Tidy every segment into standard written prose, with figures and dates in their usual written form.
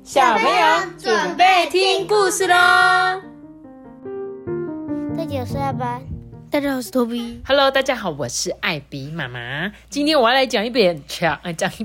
小朋友准备听故事咯。 大家好，我是阿班。大家好，我是托比。 Hello， 大家好，我是艾比妈妈。今天我要来讲一本长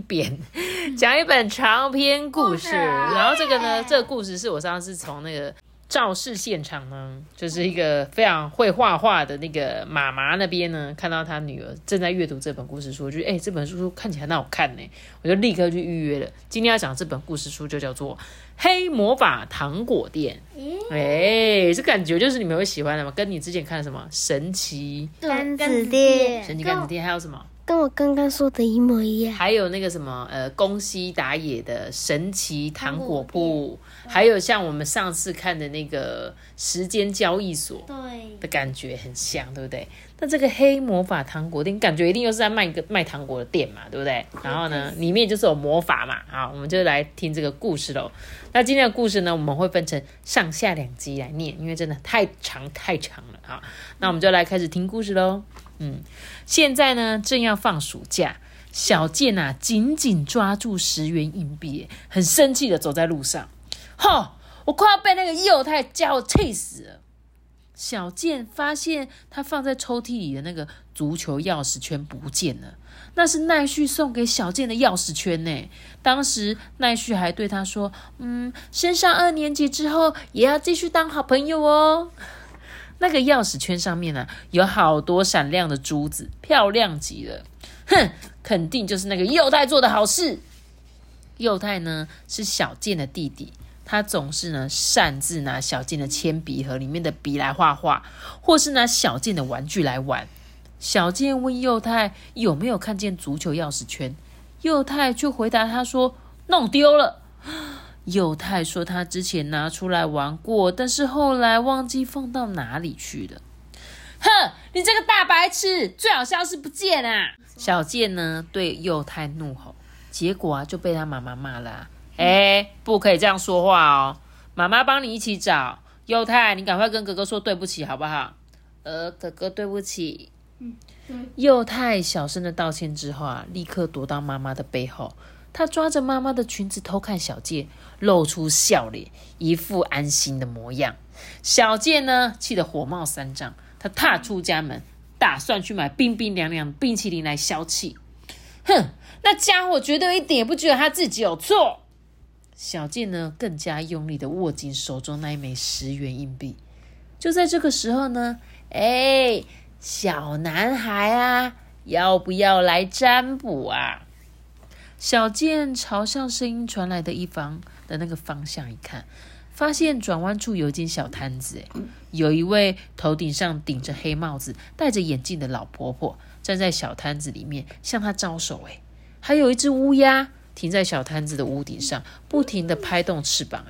篇故事。然后这个故事是我上次从那个肇事现场呢，就是一个非常会画画的那个妈妈那边呢，看到她女儿正在阅读这本故事书，我觉得这本书看起来很好看呢，我就立刻去预约了。今天要讲这本故事书就叫做《黑魔法糖果店》。这感觉就是你们会喜欢的嘛？跟你之前看的什么神奇柑子店， 神奇柑子店，还有什么？ 跟我刚刚说的一模一样。 还有那个什么宫西达也的神奇糖果铺，还有像我们上次看的那个时间交易所的感觉很像，对不对？那这个黑魔法糖果店感觉一定又是在卖糖果的店嘛，对不对？然后呢，里面就是有魔法嘛。好，我们就来听这个故事咯。那今天的故事呢，我们会分成上下2集来念，因为真的太长了啊。那我们就来开始听故事咯。现在呢正要放暑假，小健紧紧抓住10元硬币，很生气的走在路上。我快要被那个幼态家伙气死了。小健发现他放在抽屉里的那个足球钥匙圈不见了，那是奈绪送给小健的钥匙圈呢。当时奈绪还对他说，升上2年级之后也要继续当好朋友哦。那个钥匙圈上面有好多闪亮的珠子，漂亮极了。肯定就是那个幼态做的好事。幼态呢是小健的弟弟，他总是擅自拿小健的铅笔盒里面的笔来画画，或是拿小健的玩具来玩。小健问幼态有没有看见足球钥匙圈，幼态就回答他说弄丢了。幼态说他之前拿出来玩过，但是后来忘记放到哪里去了。你这个大白痴，最好消失不见啊！小健呢对幼态怒吼，结果就被他妈妈骂了。不可以这样说话哦，妈妈帮你一起找。幼态，你赶快跟哥哥说对不起好不好？哥哥对不起。幼态小声的道歉之后立刻躲到妈妈的背后，他抓着妈妈的裙子偷看小健，露出笑脸，一副安心的模样。小健呢气得火冒三丈，他踏出家门，打算去买冰冰凉凉的冰淇淋来消气。那家伙绝对一点也不觉得他自己有错。小健呢更加用力的握紧手中那一枚10元硬币。就在这个时候呢，小男孩要不要来占卜啊？小健朝向声音传来的一方的那个方向一看，发现转弯处有一间小摊子，有一位头顶上顶着黑帽子、戴着眼镜的老婆婆站在小摊子里面向他招手，还有一只乌鸦停在小摊子的屋顶上，不停的拍动翅膀。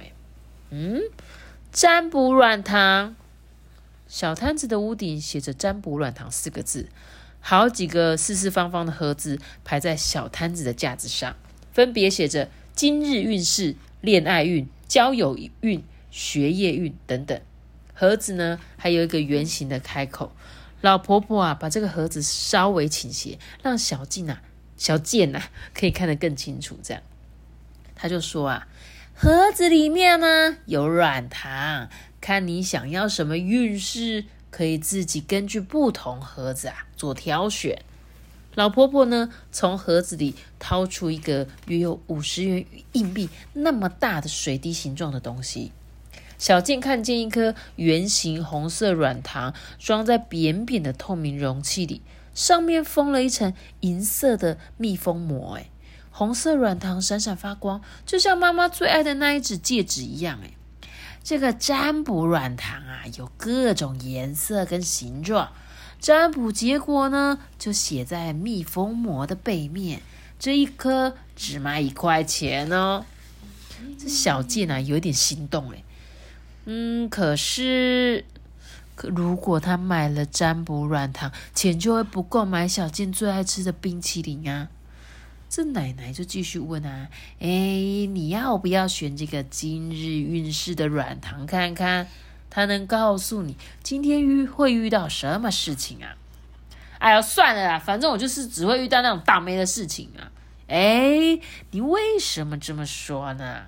占卜软糖。小摊子的屋顶写着占卜软糖4个字，好几个四四方方的盒子排在小摊子的架子上，分别写着今日运势、恋爱运、交友运、学业运等等。盒子呢还有一个圆形的开口。老婆婆把这个盒子稍微倾斜，让小健可以看得更清楚。这样他就说盒子里面呢有软糖，看你想要什么运势，可以自己根据不同盒子做挑选。老婆婆呢从盒子里掏出一个约有50元硬币那么大的水滴形状的东西。小健看见一颗圆形红色软糖装在扁扁的透明容器里，上面封了一层银色的密封膜。红色软糖闪闪发光，就像妈妈最爱的那一只戒指一样。这个占卜软糖有各种颜色跟形状，占卜结果呢就写在密封膜的背面，这一颗只卖1块钱哦。这小健有点心动。可是如果他买了占卜软糖，钱就会不够买小健最爱吃的冰淇淋。这奶奶就继续问你要不要选这个今日运势的软糖看看？它能告诉你今天会遇到什么事情算了啦，反正我就是只会遇到那种倒霉的事情。你为什么这么说呢？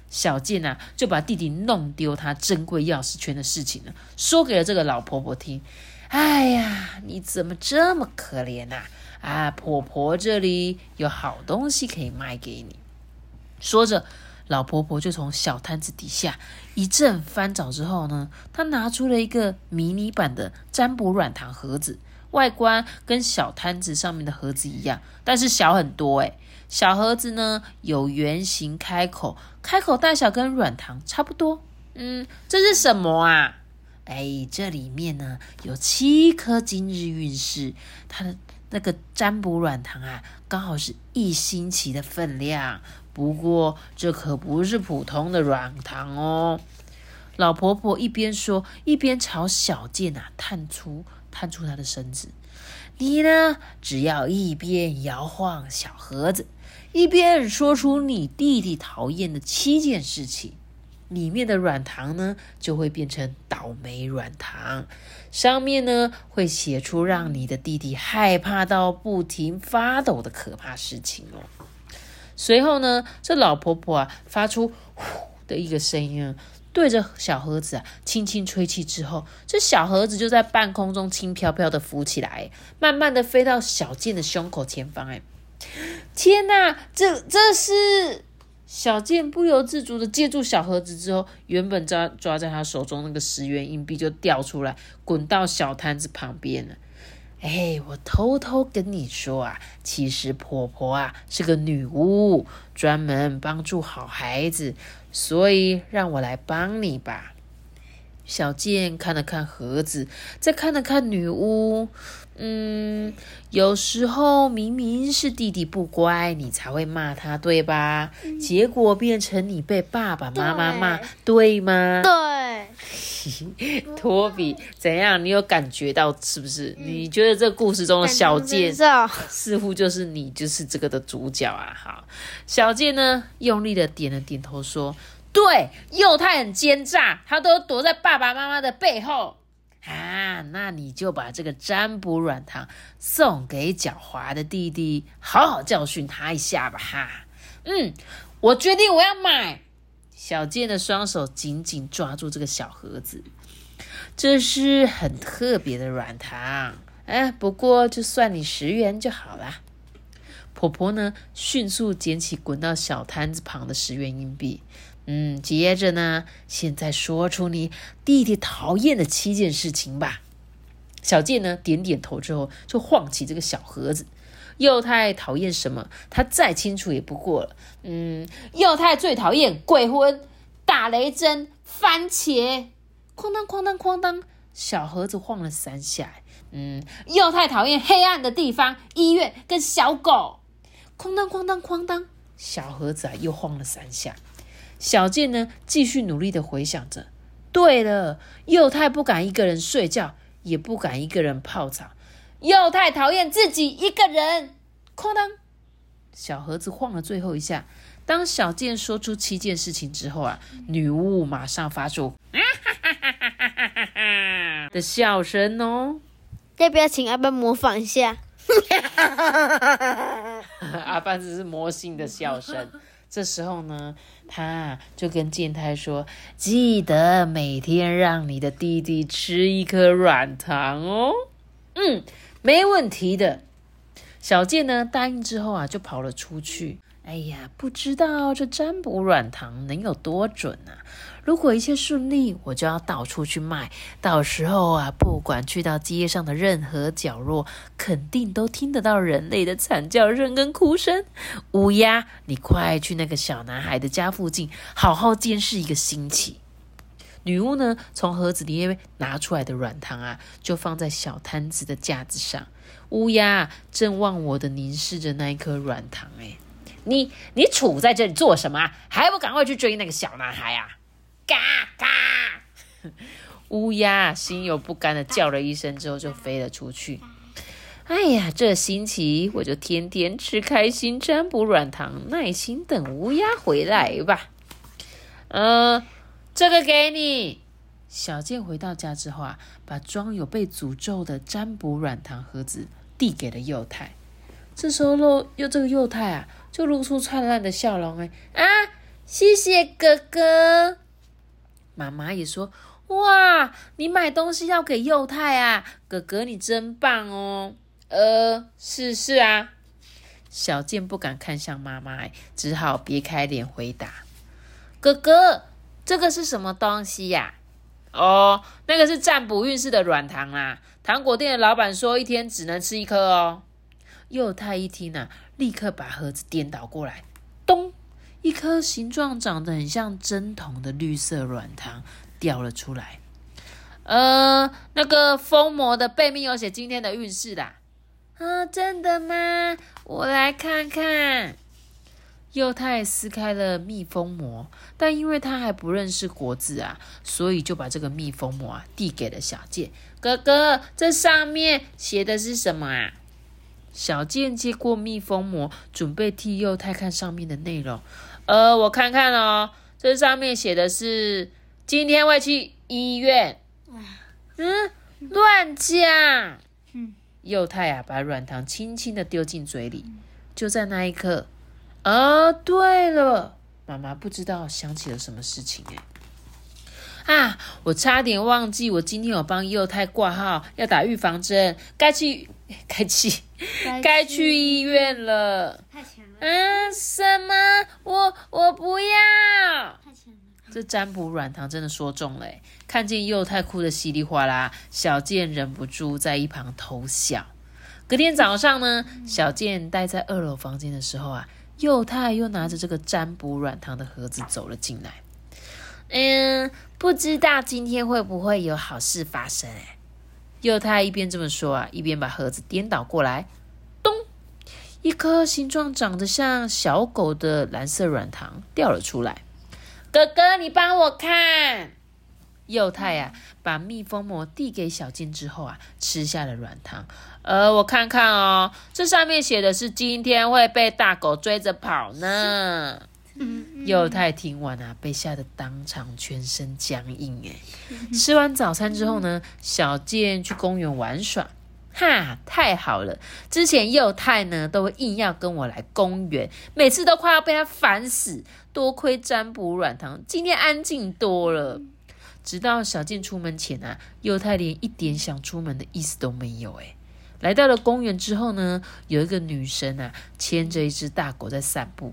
小健啊就把弟弟弄丢他珍贵钥匙圈的事情呢，说给了这个老婆婆听。哎呀，你怎么这么可怜啊？婆婆这里有好东西可以卖给你。说着，老婆婆就从小摊子底下一阵翻找之后呢，她拿出了一个迷你版的占卜软糖盒子，外观跟小摊子上面的盒子一样，但是小很多耶。小盒子呢有圆形开口，开口大小跟软糖差不多。这是什么啊？这里面呢有7颗今日运势，它的那个占卜软糖啊，刚好是1星期的分量。不过这可不是普通的软糖哦。老婆婆一边说，一边朝小健探出她的身子。你呢，只要一边摇晃小盒子，一边说出你弟弟讨厌的7件事情，里面的软糖呢就会变成倒霉软糖，上面呢会写出让你的弟弟害怕到不停发抖的可怕事情哦。随后呢，这老婆婆发出呼的一个声音，对着小盒子轻轻吹气之后，这小盒子就在半空中轻飘飘的浮起来，慢慢的飞到小健的胸口前方。天哪，这是小健不由自主的接住小盒子之后，原本抓在他手中那个10元硬币就掉出来，滚到小摊子旁边了。我偷偷跟你说其实婆婆是个女巫，专门帮助好孩子，所以让我来帮你吧。小健看了看盒子，再看了看女巫。有时候明明是弟弟不乖，你才会骂他，对吧？结果变成你被爸爸妈妈骂，对吗？ 对。 托比，怎样？你有感觉到是不是？你觉得这个故事中的小健似乎就是你，就是这个的主角啊？好，小健呢用力的点了点头说：“对，幼太很奸诈，他都躲在爸爸妈妈的背后。”那你就把这个占卜软糖送给狡猾的弟弟，好好教训他一下吧我决定我要买。小健的双手紧紧抓住这个小盒子，这是很特别的软糖，不过就算你10元就好啦。婆婆呢迅速捡起滚到小摊子旁的10元硬币，接着呢，现在说出你弟弟讨厌的7件事情吧。小健呢点点头之后，就晃起这个小盒子。幼太讨厌什么？他再清楚也不过了。幼太最讨厌鬼魂、打雷针、番茄。哐当哐当哐当，小盒子晃了3下。幼太讨厌黑暗的地方、医院跟小狗。哐当哐当哐当，小盒子又晃了3下。小健呢继续努力的回想着。对了，幼太不敢一个人睡觉，也不敢一个人泡澡。幼太讨厌自己一个人。哐当，小盒子晃了最后一下。当小健说出7件事情之后女巫马上发出的笑声哦。 要不要请阿班模仿一下？ 阿班只是魔性的笑声。这时候呢，他就跟健太说：“记得每天让你的弟弟吃1颗软糖哦。”没问题的。小健呢答应之后就跑了出去。不知道这占卜软糖能有多准如果一切顺利，我就要到处去卖，到时候不管去到街上的任何角落，肯定都听得到人类的惨叫声跟哭声。乌鸦，你快去那个小男孩的家附近，好好监视1个星期。女巫呢从盒子里面拿出来的软糖就放在小摊子的架子上。乌鸦正忘我的凝视着那一颗软糖。你杵在这里做什么？还不赶快去追那个小男孩嘎嘎！乌鸦心有不甘的叫了一声之后就飞了出去。这星期我就天天吃开心占卜软糖，耐心等乌鸦回来吧。这个给你。小健回到家之后把装有被诅咒的占卜软糖盒子递给了幼太。这时候这个幼太就露出灿烂的笑容。 谢谢哥哥。妈妈也说，哇，你买东西要给幼太啊，哥哥你真棒哦。是啊。小健不敢看向妈妈，只好别开脸回答。哥哥，这个是什么东西呀？那个是占卜运势的软糖啦。糖果店的老板说一天只能吃1颗哦。幼太一听啊，立刻把盒子颠倒过来，咚，一颗形状长得很像针筒的绿色软糖掉了出来。那个封膜的背面有写今天的运势啦。真的吗？我来看看。幼太撕开了密封膜，但因为他还不认识国字啊，所以就把这个密封膜递给了小健。哥哥，这上面写的是什么啊？小健接过密封膜，准备替幼太看上面的内容。我看看哦，这上面写的是今天会去医院。乱讲。幼太把软糖轻轻的丢进嘴里。就在那一刻，对了，妈妈不知道想起了什么事情我差点忘记，我今天有帮幼太挂号，要打预防针，该去医院了。 太强了。 什么？我不要。 太强了。 这占卜软糖真的说中了。看见幼太哭得稀里哗啦，小健忍不住在一旁偷笑。隔天早上呢，小健待在2楼房间的时候幼太又拿着这个占卜软糖的盒子走了进来。不知道今天会不会有好事发生。幼太一边这么说一边把盒子颠倒过来，咚，一颗形状长得像小狗的蓝色软糖掉了出来。哥哥，你帮我看。幼太把密封膜递给小健之后吃下了软糖。我看看哦，这上面写的是今天会被大狗追着跑呢。幼太听完被吓得当场全身僵硬。吃完早餐之后呢，小健去公园玩耍。太好了，之前幼太呢都会硬要跟我来公园，每次都快要被他烦死，多亏占卜软糖今天安静多了。直到小健出门前幼太连一点想出门的意思都没有。来到了公园之后呢，有一个女生牵着一只大狗在散步。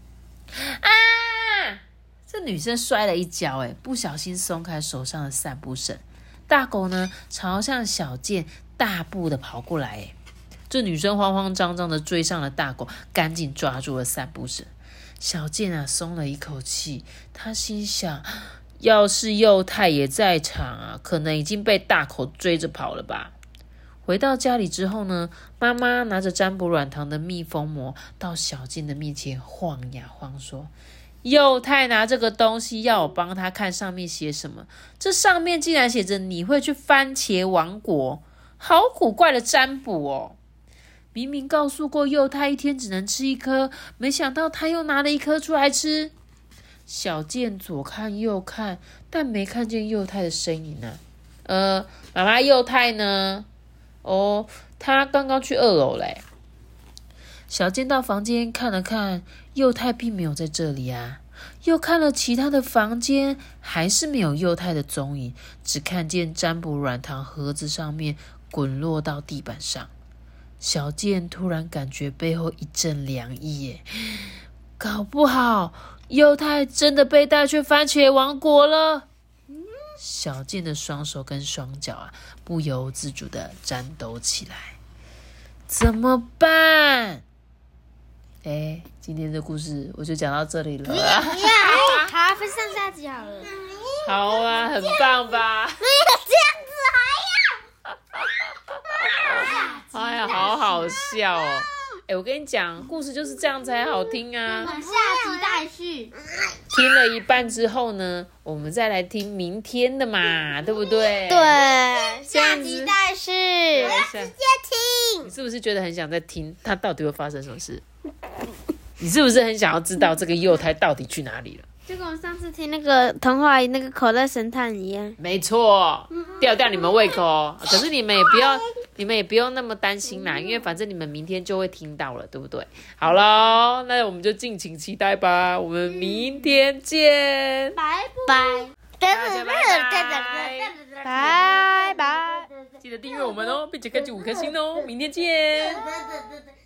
这女生摔了一跤，不小心松开手上的散步绳，大狗呢朝向小健大步的跑过来。这女生慌慌张张的追上了大狗，赶紧抓住了散步绳。小健松了一口气，他心想，要是幼太也在场可能已经被大狗追着跑了吧。回到家里之后呢，妈妈拿着占卜软糖的密封膜到小健的面前晃呀晃，说，幼太拿这个东西要我帮他看上面写什么，这上面竟然写着你会去番茄王国，好古怪的占卜哦。明明告诉过幼太一天只能吃1颗，没想到他又拿了1颗出来吃。小健左看右看，但没看见幼太的身影妈妈，幼太呢？他刚刚去2楼嘞。小健到房间看了看，幼太并没有在这里又看了其他的房间，还是没有幼太的踪影，只看见占卜软糖盒子上面滚落到地板上。小健突然感觉背后一阵凉意搞不好幼太真的被带去番茄王国了。小健的双手跟双脚不由自主的颤抖起来。怎么办？今天的故事我就讲到这里了。 好，分上下集好了。 好很棒吧？ 没有这样子， 好好笑哦。我跟你讲，故事就是这样才好听啊。 下集待续。 听了一半之后呢，我们再来听明天的嘛，对不对？ 对，下集待续。我要直接听。 你是不是觉得很想再听它到底会发生什么事？你是不是很想要知道这个幼胎到底去哪里了？ 就跟我上次听那个童话那个口袋神探一样。 没错，吊你们胃口可是你们也不要你们也不用那么担心啦，因为反正你们明天就会听到了，对不对？好咯，那我们就敬请期待吧，我们明天见， 拜拜， 大家拜拜， 拜拜， 记得订阅我们哦，并且开启5颗星哦，明天见。